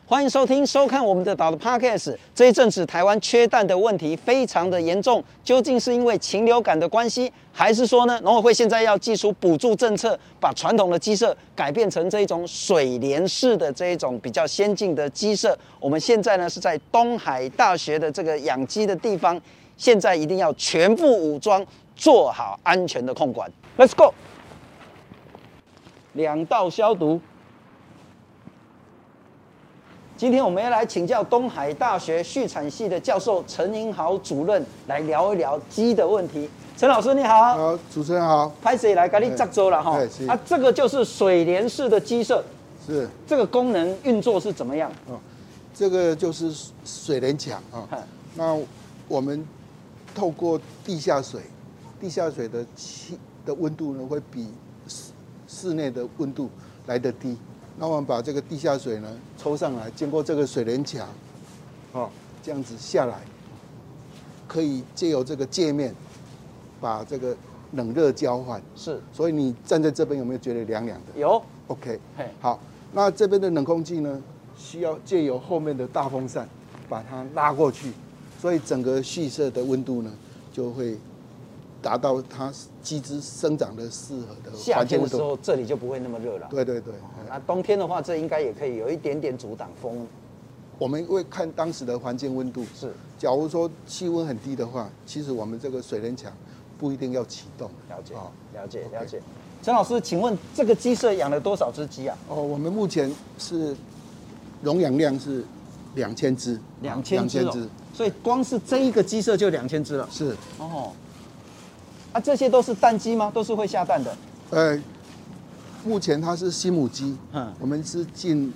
欢迎收听、收看我们的岛的 Podcast。这一阵子台湾缺蛋的问题非常的严重，究竟是因为禽流感的关系，还是说呢，农委会现在要祭出补助政策，把传统的鸡舍改变成这一种水帘式的这一种比较先进的鸡舍？我们现在呢是在东海大学的这个养鸡的地方，现在一定要全副武装，做好安全的控管。Let's go！ 2道消毒。今天我们要来请教东海大学畜产系的教授陈英豪主任，来聊一聊鸡的问题。陈老师你好。 好，主持人好。 拍谁来给你接走了哈？啊，这个就是水帘式的鸡舍。 是。这个功能运作是怎么样？ 哦，这个就是水帘墙啊。那我们透过地下水的温度呢，会比室内的温度来得低。那我们把这个地下水呢抽上来，经过这个水帘墙，这样子下来，可以借由这个界面，把这个冷热交换。 是。 所以你站在这边有没有觉得凉凉的？ 有。 OK。好，那这边的冷空气呢，需要借由后面的大风扇把它拉过去，所以整个畜舍的温度呢就会达到它鸡只生长的适合的环境温度。 夏天的时候，这里就不会那么热了。 对对对。 那冬天的话，这应该也可以有一点点阻挡风。 我们会看当时的环境温度。 是。假如说气温很低的话，其实我们这个水帘墙不一定要启动。 了解。了解。陈老师，请问这个鸡舍养了多少只鸡啊？ 我们目前是容养量是2000只。 2000只。所以光是这一个鸡舍就2000只了。 是。 这些都是蛋鸡吗？都是会下蛋的？ 目前它是新母鸡，我们是进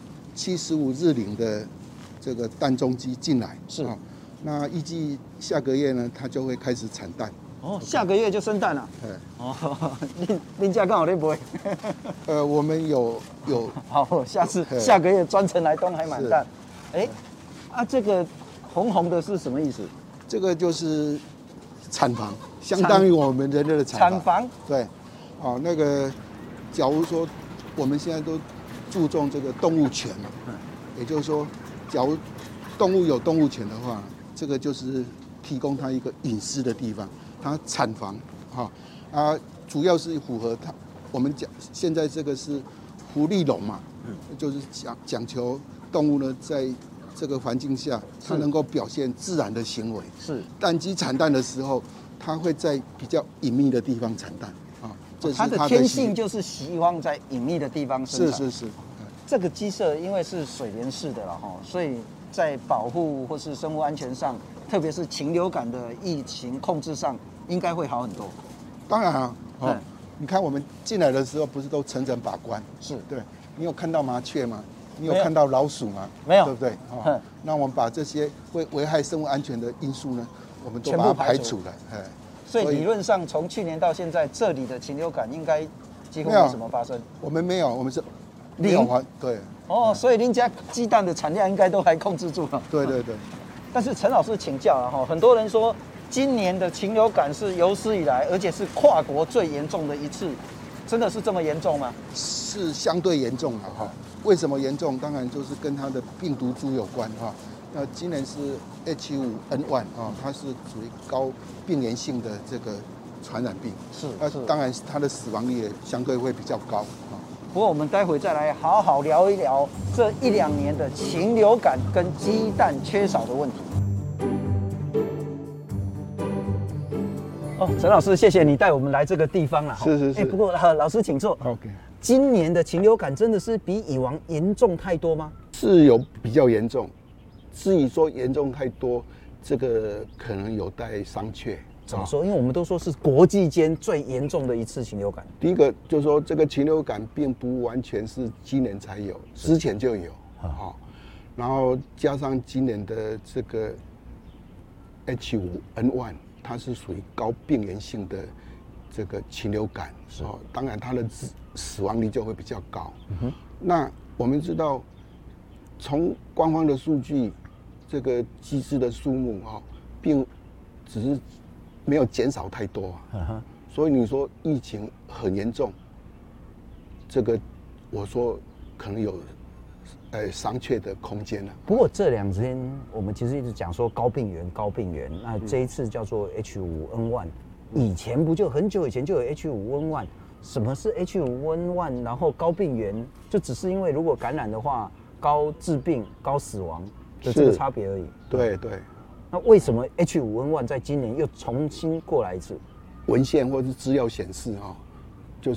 75日龄的这个蛋中鸡进来， 是。 那预计下个月呢，它就会开始产蛋。 下个月就生蛋了。您家刚好在不会？ 我们有。 好，下个月专程来东海买蛋。这个红红的是什么意思？ 这个就是产房，相当于我们人类的产房。对。那个。假如说我们现在都注重这个动物权嘛，也就是说，假如动物有动物权的话，这个就是提供它一个隐私的地方，它产房，主要是符合它我们现在这个是福利笼嘛，就是讲求动物呢在这个环境下，它能够表现自然的行为。 是。 蛋鸡产蛋的时候，它会在比较隐秘的地方产蛋。 它的天性就是希望在隐秘的地方生产。 是。 这个鸡舍因为是水帘式的了所以在保护或是生物安全上，特别是禽流感的疫情控制上，应该会好很多。 当然啊，你看我们进来的时候不是都层层把关？ 是。 对。你有看到麻雀吗？你有看到老鼠吗？ 没有， 对不对？那我们把这些会危害生物安全的因素呢，我们都把它排除了。 所以理论上，从去年到现在，这里的禽流感应该几乎没什么发生。 我们没有，我们是零。 对。 所以您家鸡蛋的产量应该都还控制住了。 对。 但是陈老师请教了很多人说今年的禽流感是有史以来，而且是跨国最严重的一次，真的是这么严重吗？ 是相对严重了为什么严重？当然就是跟它的病毒株有关今年是 H5N1 它是属于高病原性的这个传染病。 是。 当然它的死亡率也相对会比较高不过我们待会再来好好聊一聊这1-2年的禽流感跟鸡蛋缺少的问题。陈老师，谢谢你带我们来这个地方了。 是。 不过老师请坐。 OK。 今年的禽流感真的是比以往严重太多吗？ 是有比较严重，至于说严重太多，这个可能有待商榷。 怎么说？因为我们都说是国际间最严重的一次禽流感。 第一个就是说，这个禽流感并不完全是今年才有，之前就有然后加上今年的这个 H5N1，它是属于高病原性的这个禽流感，当然它的死亡率就会比较高。那我们知道，从官方的数据，这个鸡只的数目并只是没有减少太多所以你说疫情很严重，这个我说可能有商榷的空间了。 不过这2天我们其实一直讲说高病原，那这一次叫做 H5N1，以前不就很久以前就有 H5N1？什么是 H5N1？然后高病原就只是因为如果感染的话，高致病、高死亡的这个差别而已。 对。 那为什么 H5N1 在今年又重新过来一次？ 文献或是资料显示就是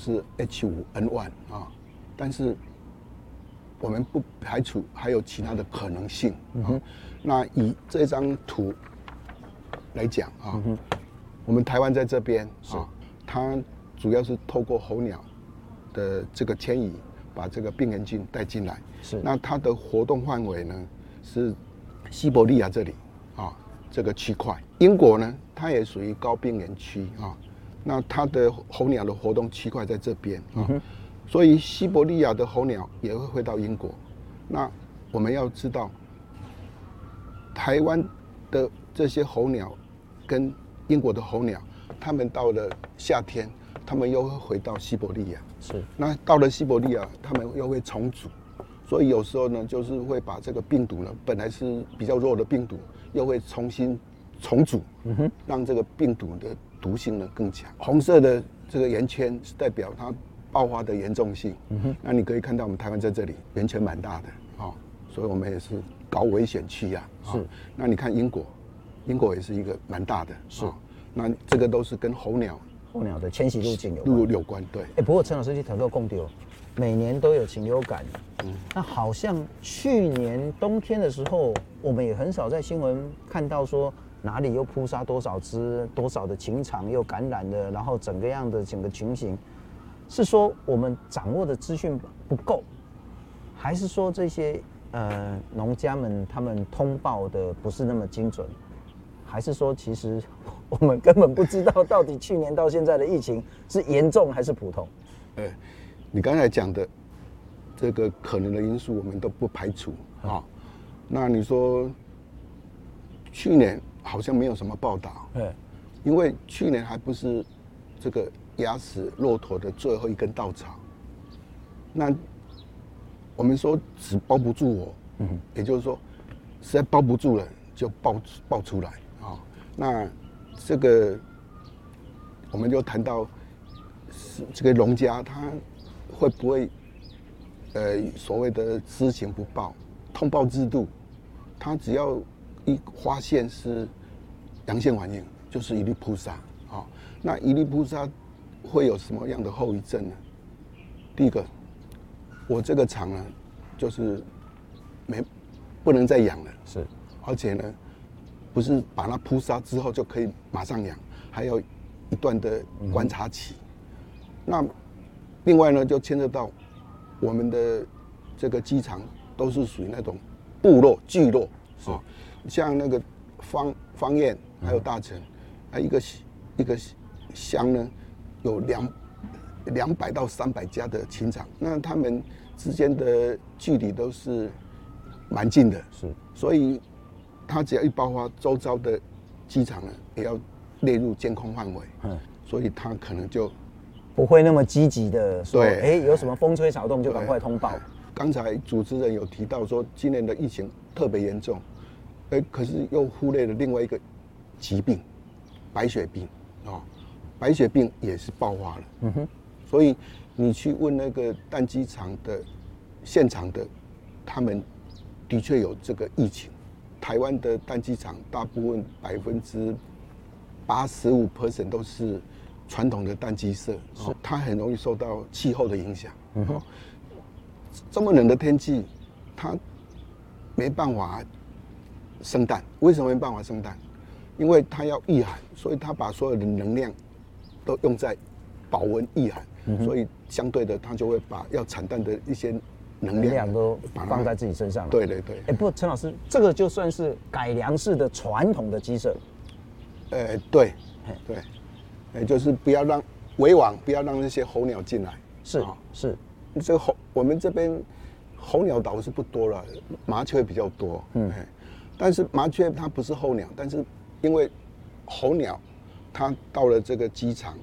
H5N1 但是我们不排除还有其他的可能性。那以这张图来讲我们台湾在这边它主要是透过候鸟的这个迁移，把这个病原菌带进来。那它的活动范围呢是西伯利亚这里这个区块。英国呢，它也属于高病原区那它的候鸟的活动区块在这边所以西伯利亚的候鸟也会回到英国。那我们要知道，台湾的这些候鸟跟英国的候鸟，它们到了夏天，它们又会回到西伯利亚。那到了西伯利亚，它们又会重组。所以有时候呢，就是会把这个病毒呢，本来是比较弱的病毒，又会重新重组，让这个病毒的毒性呢更强。红色的这个圆圈是代表它爆发的严重性。那你可以看到我们台湾在这里圆圈蛮大的所以我们也是高危险区那你看英国也是一个蛮大的那这个都是跟候鸟的迁徙路径有关。对。 不过陈老师去讨论共丢，每年都有禽流感。那好像去年冬天的时候，我们也很少在新闻看到说哪里又扑杀多少只，多少的禽场又感染了，然后整个情形，是说我们掌握的资讯不够，还是说这些农家们他们通报的不是那么精准，还是说其实我们根本不知道到底去年到现在的疫情是严重还是普通？ 你刚才讲的这个可能的因素，我们都不排除那你说去年好像没有什么报道，因为去年还不是这个压死骆驼的最后一根稻草。那我们说纸包不住火，也就是说实在包不住了就爆出来那这个我们就谈到这个农家他会不会所谓的知情不报通报制度，他只要一发现是阳性反应，就是一律扑杀那一律扑杀会有什么样的后遗症呢？第一个，我这个厂呢，就是不能再养了，而且呢，不是把它扑杀之后就可以马上养，还有一段的观察期。那另外呢，就牵涉到我们的这个鸡场都是属于那种部落聚落像那个方燕还有大城，一个乡呢有200到300家的禽场，那他们之间的距离都是蛮近的，所以它只要一爆发，周遭的鸡场呢也要列入监控范围，所以它可能就不会那么积极的说，有什么风吹草动就赶快通报。 刚才主持人有提到说，今年的疫情特别严重，可是又忽略了另外一个疾病——白血病白血病也是爆发了。所以你去问那个蛋鸡场的现场的，他们的确有这个疫情。台湾的蛋鸡场大部分85% 都是传统的蛋鸡舍，它很容易受到气候的影响。这么冷的天气，它没办法生蛋。为什么没办法生蛋？因为它要御寒，所以它把所有的能量都用在保温御寒，所以相对的，它就会把要产蛋的一些能量都放在自己身上。 对对对。 不过陈老师，这个就算是改良式的传统的鸡舍。 对，就是不要让围网，不要让那些候鸟进来。 是。 这个我们这边候鸟岛是不多了，麻雀比较多。但是麻雀它不是候鸟，但是因为候鸟它到了这个鸡场，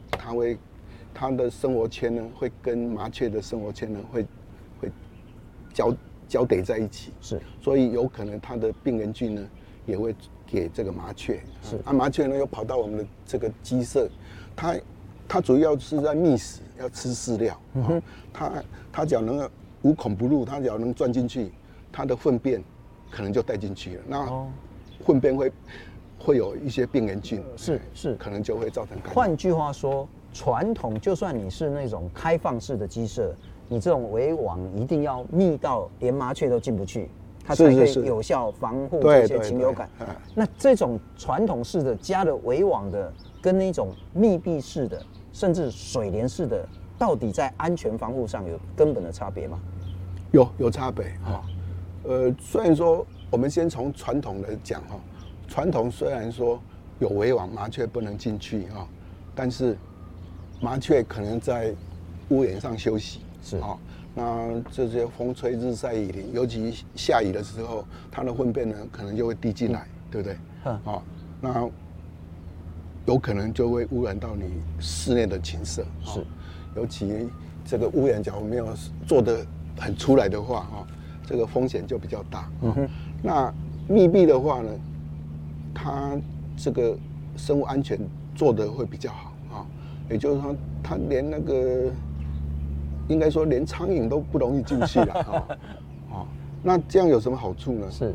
它的生活圈呢会跟麻雀的生活圈呢会交叠在一起， 是， 所以有可能它的病原菌呢也会给这个麻雀， 是麻雀呢又跑到我们的这个鸡舍，它主要是在觅食，要吃饲料，它只要能无孔不入，它只要能钻进去，它的粪便可能就带进去了，那粪便会有一些病原菌， 是， 可能就会造成感染。 换句话说，传统就算你是那种开放式的鸡舍，你这种围网一定要密到连麻雀都进不去，它才可以有效防护这些禽流感。那这种传统式的加了围网的，跟那种密闭式的，甚至水帘式的，到底在安全防护上有根本的差别吗？ 有差别哈。虽然说我们先从传统来讲哈，传统虽然说有围网，麻雀不能进去哈，但是麻雀可能在屋檐上休息， 是啊。 那这些风吹日晒雨淋，尤其下雨的时候，它的粪便呢可能就会滴进来，对不对？那有可能就会污染到你室内的禽舍， 是。 尤其这个屋檐假如没有做得很出来的话，这个风险就比较大。那密闭的话呢，它这个生物安全做得会比较好啊，也就是说，它连那个应该说连苍蝇都不容易进去了那这样有什么好处呢？ 是，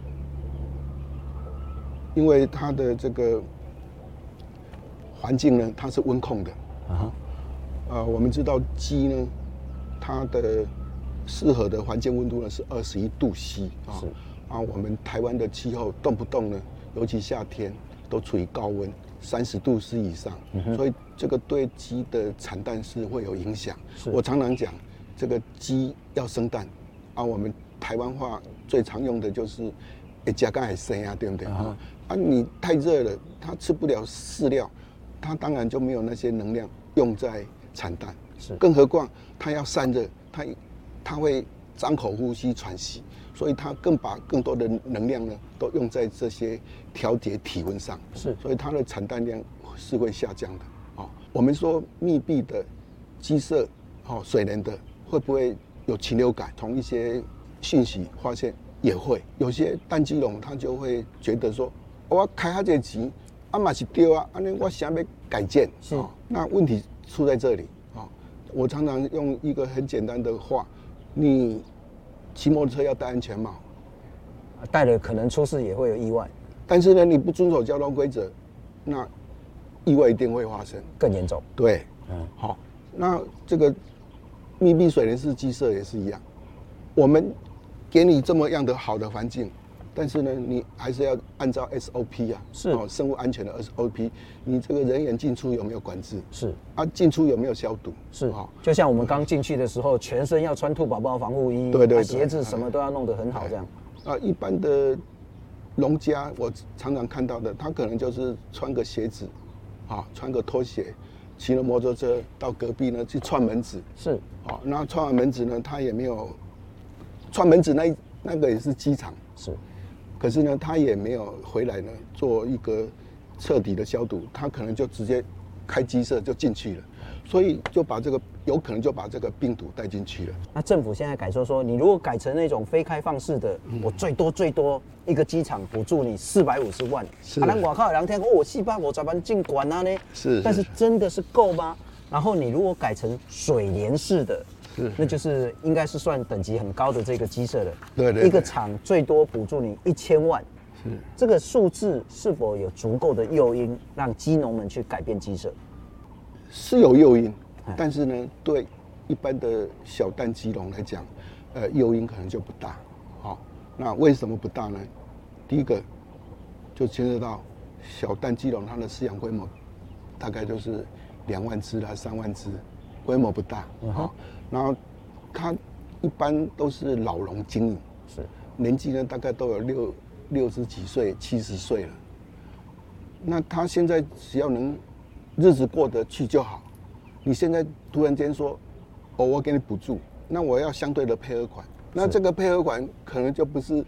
因为它的这个环境呢，它是温控的我们知道鸡呢，它的适合的环境温度呢是21度C 我们台湾的气候动不动呢，尤其夏天都处于高温30度C 以上，所以这个对鸡的产蛋是会有影响。我常常讲，这个鸡要生蛋我们台湾话最常用的就是加干海生对不对？你太热了，它吃不了饲料，它当然就没有那些能量用在产蛋，更何况它要散热，它会张口呼吸喘息，所以它把更多的能量呢都用在这些调节体温上，所以它的产蛋量是会下降的我们说密闭的鸡舍水帘的会不会有禽流感？从一些讯息发现也会，有些蛋鸡笼他就会觉得说，我开这个钱嘛是对安尼我想要改建那问题出在这里我常常用一个很简单的话，你骑摩托车要戴安全帽， 戴了可能出事也会有意外， 但是呢，你不遵守交通规则，那意外一定会发生， 更严重。 对，好，那这个密闭水帘式鸡舍也是一样，我们给你这么样的好的环境，但是呢，你还是要按照 SOP 生物安全的 SOP， 你这个人员进出有没有管制？进出有没有消毒？ 就像我们刚进去的时候，全身要穿兔宝宝防护衣， 对， 鞋子什么都要弄得很好，这样。 一般的农家我常常看到的，他可能就是穿个鞋子，穿个拖鞋，骑了摩托车到隔壁呢去串门子，那串完门子呢，他也没有串门子那个也是机场，可是呢，他也没有回来呢做一个彻底的消毒，他可能就直接开鸡舍就进去了，所以有可能就把这个病毒带进去了。 那政府现在改说，你如果改成那种非开放式的，我最多一个机场补助你450万，咱外口的人听讲450万进管呢，但是真的是够吗？然后你如果改成水帘式的，那就是应该是算等级很高的这个鸡舍了。 对， 一个厂最多补助你1000万。这个数字是否有足够的诱因让鸡农们去改变鸡舍？ 是有诱因，但是呢，对一般的小蛋鸡笼来讲，诱因可能就不大。那为什么不大呢？第一个就牵涉到小蛋鸡笼它的饲养规模大概就是2万只啦、3万只，规模不大。然后它一般都是老笼经营，年纪呢大概都有60几岁、70岁了。那他现在只要能日子过得去就好。你现在突然间说，我给你补助，那我要相对的配合款。那这个配合款可能就不是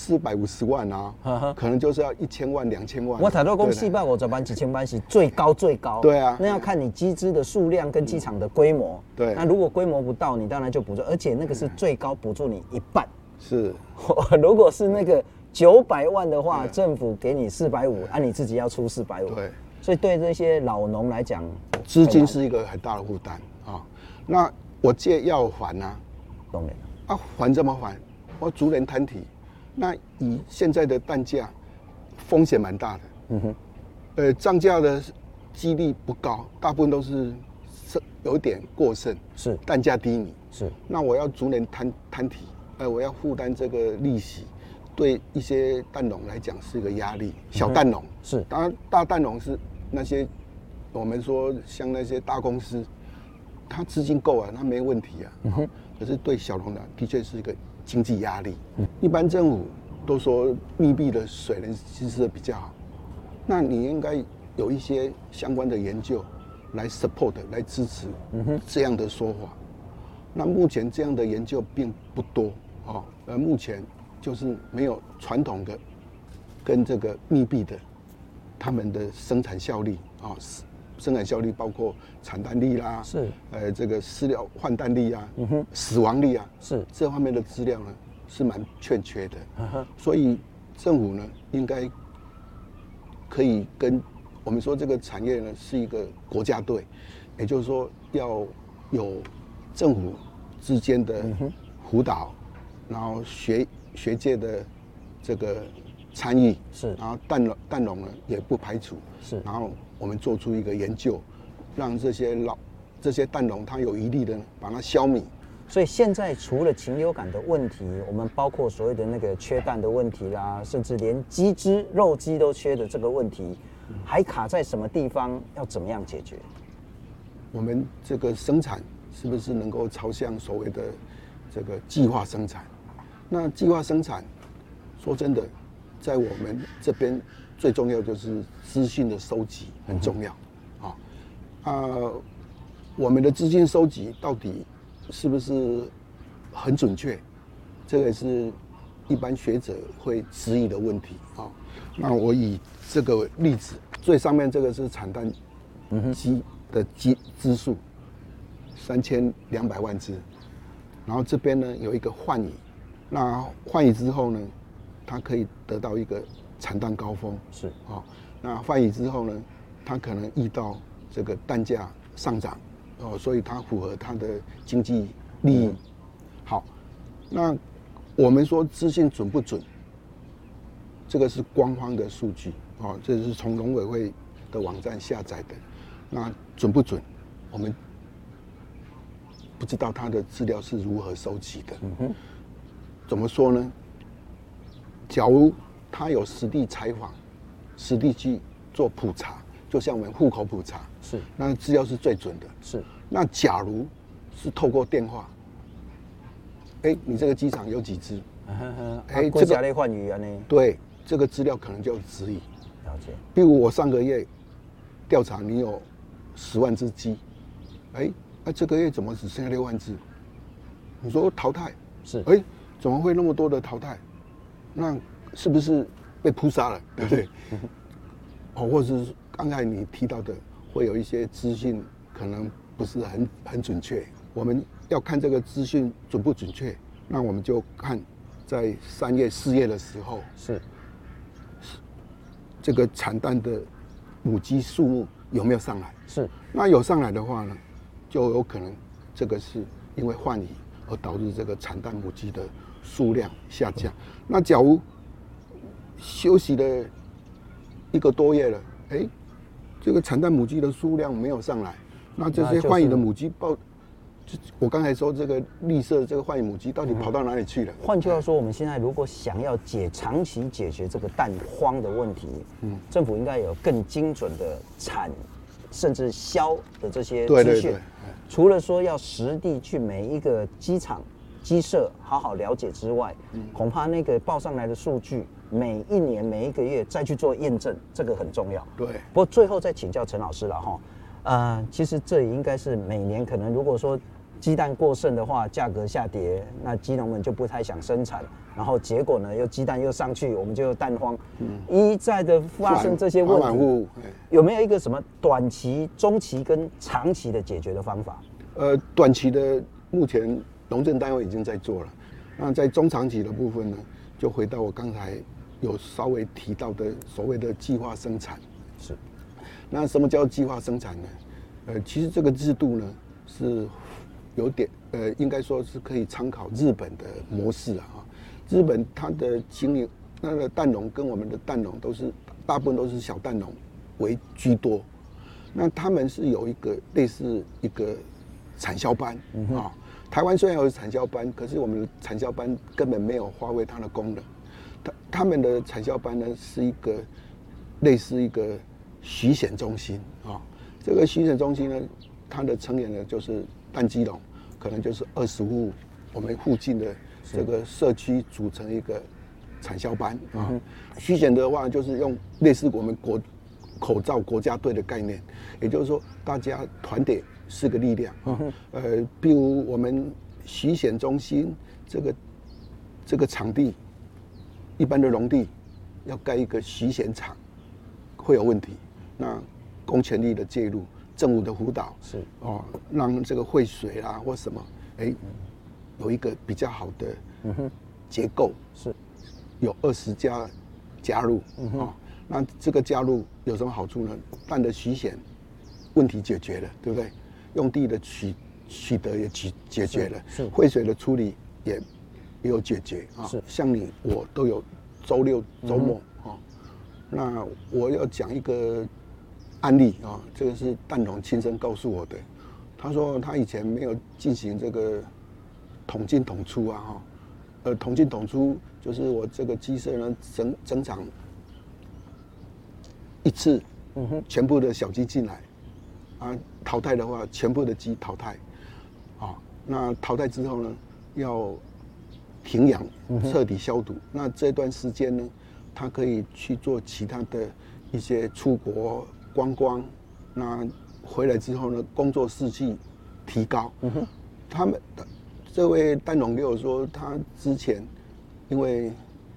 450万可能就是要1000万、2000万。 我谈到讲450万、1000万是最高。 对啊， 那要看你鸡只的数量跟鸡场的规模。 对， 那如果规模不到，你当然就补助，而且那个是最高补助你1半。 是， 如果是那个900万的话，政府给你450，你自己要出450。 对， 所以对这些老农来讲， 资金是一个很大的负担啊。那我借要还啊， 懂了啊，还怎么还？我逐年摊提。那以现在的蛋价，风险蛮大的。涨价的几率不高，大部分都是有点过剩， 是蛋价低迷。 是， 那我要逐年摊提，我要负担这个利息，对一些蛋农来讲是一个压力。小蛋农是， 当然大蛋农是那些我们说像那些大公司，他资金够啊，他没问题啊。可是对小农的确是一个经济压力。一般政府都说密闭的水能稀释的比较好，那你应该有一些相关的研究来 support 来支持这样的说法。那目前这样的研究并不多目前就是没有传统的跟这个密闭的他们的生产效率生产效率包括产蛋率啦， 是这个饲料换蛋率啊，死亡率啊， 是这方面的资料呢是蛮欠缺的，所以政府呢应该可以跟我们说这个产业呢是一个国家队，也就是说要有政府之间的辅导，然后学界的这个参与是， 然后蛋农呢也不排除是， 然后我们做出一个研究，让这些蛋农他有疑虑的把它消弭。 所以现在除了禽流感的问题，我们包括所谓的那个缺蛋的问题啦，甚至连鸡只、肉鸡都缺的这个问题，还卡在什么地方？要怎么样解决？ 我们这个生产是不是能够朝向所谓的这个计划生产？那计划生产，说真的，在我们这边最重要就是资讯的收集很重要我们的资讯收集到底是不是很准确？这个是一般学者会质疑的问题那我以这个例子，最上面这个是产蛋鸡的只数3200万只，然后这边呢有一个换羽，那换羽之后呢，它可以得到一个产蛋高峰， 是那换羽之后呢，它可能遇到这个蛋价上涨所以它符合它的经济利益。好，那我们说资讯准不准？这个是官方的数据这是从农委会的网站下载的。那准不准？我们不知道它的资料是如何收集的。怎么说呢？假如他有实地采访，实地去做普查，就像我们户口普查， 是那资料是最准的。 是。 那假如是透过电话，你这个机场有几只？ 这个类换羽啊呢？ 对，这个资料可能就质疑。 了解。 比如我上个月调查，你有10万只鸡，这个月怎么只剩下6万只？你说淘汰是？ 怎么会那么多的淘汰？那是不是被扑杀了？对不对？或者是刚才你提到的，会有一些资讯可能不是很准确。我们要看这个资讯准不准确，那我们就看在3月、4月的时候， 是这个产蛋的母鸡数目有没有上来？ 是。 那有上来的话呢，就有可能这个是因为换羽而导致这个产蛋母鸡的数量下降。那假如休息了1个多月了，这个产蛋母鸡的数量没有上来，那这些换羽的母鸡我刚才说这个绿色的这个换羽母鸡到底跑到哪里去了？ 换句话说，我们现在如果想要长期解决这个蛋荒的问题，政府应该有更精准的产甚至销的这些资讯。除了说要实地去每一个鸡场、鸡舍好好了解之外，恐怕那个报上来的数据，每一年、每一个月再去做验证，这个很重要。 对。 不过最后再请教陈老师了哈，其实这也应该是每年可能如果说鸡蛋过剩的话，价格下跌，那鸡农们就不太想生产，然后结果呢，又鸡蛋又上去，我们就蛋荒，一再的发生这些问题。有没有一个什么短期、中期跟长期的解决的方法？ 短期的目前农政单位已经在做了， 那在中长期的部分呢，就回到我刚才有稍微提到的所谓的计划生产。 是。 那什么叫计划生产呢？其实这个制度呢是有点应该说是可以参考日本的模式啊。日本它的经营那个蛋农跟我们的蛋农大部分都是小蛋农为居多。那他们是有一个类似一个产销班啊。台湾虽然有产销班，可是我们的产销班根本没有发挥它的功能。他们的产销班呢是一个类似一个许选中心啊。这个许选中心呢，它的成员呢就是蛋鸡农，可能就是20户我们附近的这个社区组成一个产销班啊。许选的话就是用类似我们口罩国家队的概念，也就是说大家团结是个力量啊。比如我们许选中心这个场地，一般的农地要盖一个许选场会有问题，那公权力的介入，政府的辅导是让这个汇水啦或什么，有一个比较好的结构， 是有20家加入那这个加入有什么好处呢？蛋的许选问题解决了，对不对？用地的取得也解决了，汇水的处理也有解决啊。像我都有周6周末那我要讲一个案例啊，这个是蛋农亲身告诉我的。他说他以前没有进行这个统进统出啊统进统出就是我这个鸡舍呢整场一次，全部的小鸡进来淘汰的话，全部的鸡淘汰那淘汰之后呢，要停养，彻底消毒。那这段时间呢，他可以去做其他的一些出国观光，那回来之后呢，工作士气提高。他们这位蛋农给我说，他之前因为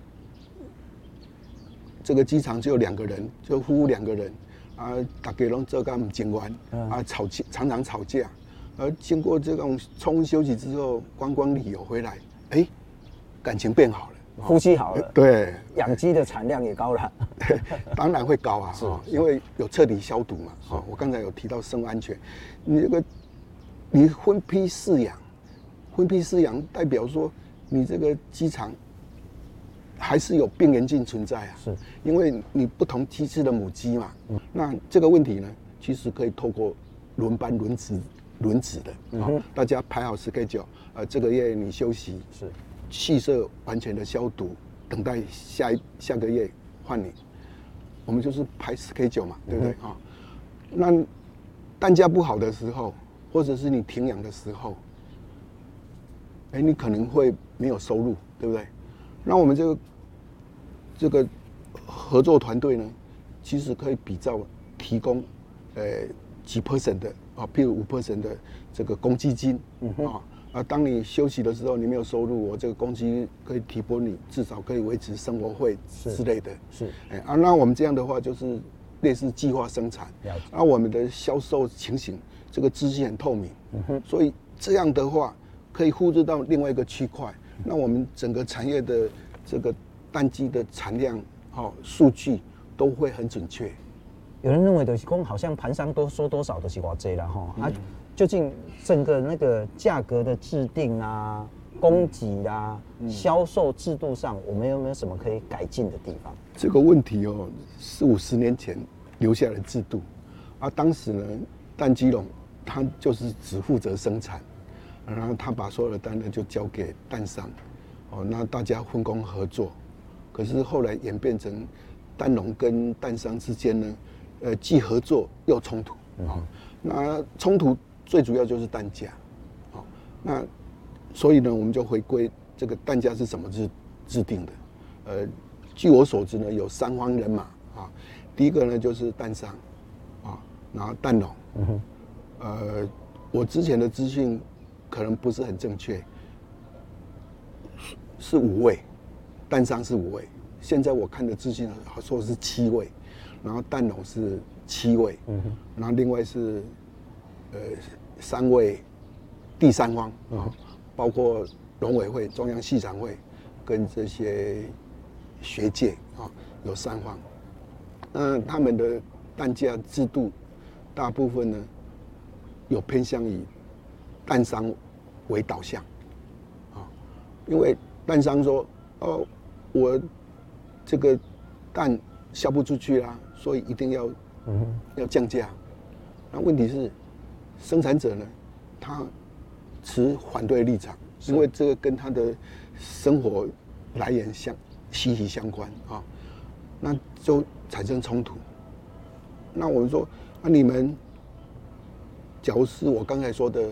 这个机场只有2个人，就夫妇2个人大家都做干不情愿常常吵架。而经过这种充分休息之后，观光旅游回来，感情变好了， 夫妻好了， 对， 养鸡的产量也高了， 当然会高啊，因为有彻底消毒嘛，我刚才有提到生物安全，你分批饲养代表说你这个鸡场还是有病原菌存在啊， 是因为你不同鸡只的母鸡嘛，那这个问题呢，其实可以透过轮班轮值的大家排好schedule，这个月你休息， 是畜舍完全的消毒，等待下个月换你，我们就是排schedule嘛，对不对那单价不好的时候，或者是你停养的时候，你可能会没有收入，对不对？那我们这个合作团队呢，其实可以比照提供几 % 的譬如5% 的这个公积金当你休息的时候你没有收入，我这个公积可以提拨你，至少可以维持生活费之类的。 是那我们这样的话就是类似计划生产，我们的销售情形这个资讯很透明，所以这样的话可以复制到另外一个区块，那我们整个产业的这个蛋鸡的产量数据都会很准确。 有人认为就是说，好像盘商都说多少都是多少啦究竟整个那个价格的制定供给销售制度上，我们有没有什么可以改进的地方？ 这个问题40-50年前留下的制度当时呢，蛋鸡农他就是只负责生产，然后他把所有的单呢就交给蛋商，那大家分工合作。可是后来演变成蛋农跟蛋商之间呢，既合作又冲突那冲突最主要就是蛋价那所以呢，我们就回归这个蛋价是怎么制定的。据我所知呢，有3方人马第一个呢就是蛋商然后蛋农我之前的资讯可能不是很正确，是5位，蛋商是5位，现在我看的资讯说是7位，然后蛋农是7位，然后另外是3位第三方包括农委会、中央畜产会跟这些学界有3方。那他们的蛋价制度大部分呢有偏向以蛋商为导向因为蛋商说我这个蛋销不出去啦，所以一定要降价。那问题是生产者呢，他持反对立场，因为这个跟他的生活来源息息相关那就产生冲突。那我们说你们假如是我刚才说的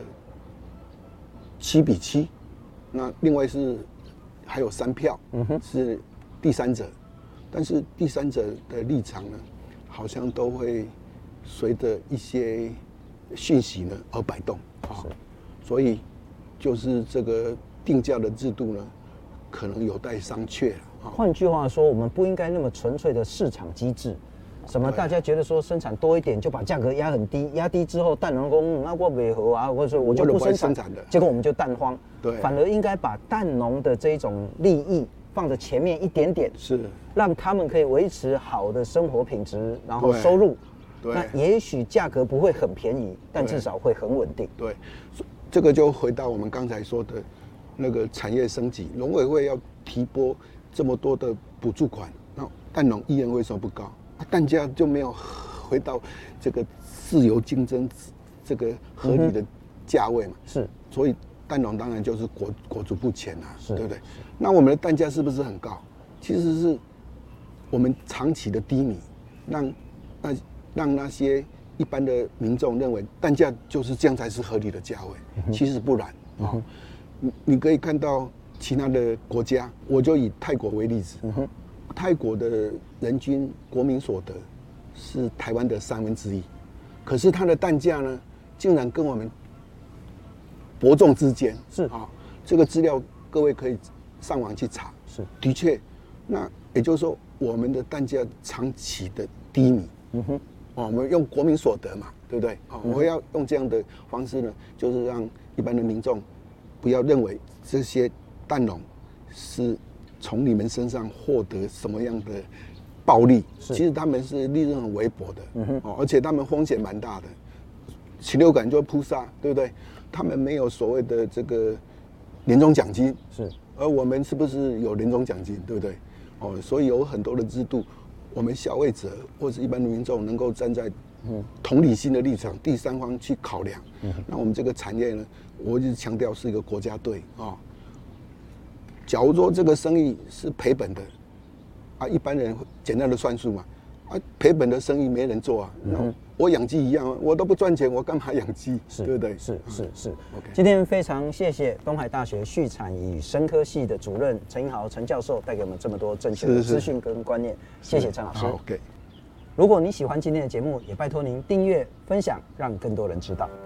7:7，那另外是还有3票是第三者，但是第三者的立场呢，好像都会随着一些讯息呢而摆动所以就是这个定价的制度呢，可能有待商榷换句话说，我们不应该那么纯粹的市场机制。什么？大家觉得说生产多一点就把价格压很低，压低之后蛋农工那我没合或者说我就不生产的，结果我们就蛋荒。对，反而应该把蛋农的这种利益放在前面一点点，是让他们可以维持好的生活品质，然后收入。对，那也许价格不会很便宜，但至少会很稳定。 对，这个就回到我们刚才说的那个产业升级，农委会要提拨这么多的补助款，那蛋农意愿为什么不高？蛋价就没有回到这个自由竞争这个合理的价位嘛？是，所以蛋农当然就是裹足不前对不对？那我们的蛋价是不是很高？其实是我们长期的低迷，让那些一般的民众认为蛋价就是这样才是合理的价位，其实不然你可以看到其他的国家，我就以泰国为例子。泰国的人均国民所得是台湾的1/3，可是它的蛋价呢，竟然跟我们伯仲之间。是这个资料各位可以上网去查。是，的确，那也就是说，我们的蛋价长期的低迷。我们用国民所得嘛，对不对？我们要用这样的方式呢，就是让一般的民众不要认为这些蛋农是从你们身上获得什么样的暴利，其实他们是利润很微薄的，而且他们风险蛮大的，禽流感就扑杀，对不对？他们没有所谓的这个年终奖金，是，而我们是不是有年终奖金，对不对？所以有很多的制度，我们消费者或是一般的民众能够站在同理心的立场，第三方去考量。那我们这个产业呢，我一直强调是一个国家队假如说这个生意是赔本的，一般人简单的算数嘛，赔本的生意没人做那我养鸡一样我都不赚钱，我干嘛养鸡？对不对？是。 OK， 今天非常谢谢东海大学畜产与生科系的主任陈英豪陈教授带给我们这么多正确的资讯跟观念，谢谢陈老师。 OK， 如果你喜欢今天的节目，也拜托您订阅、分享，让更多人知道。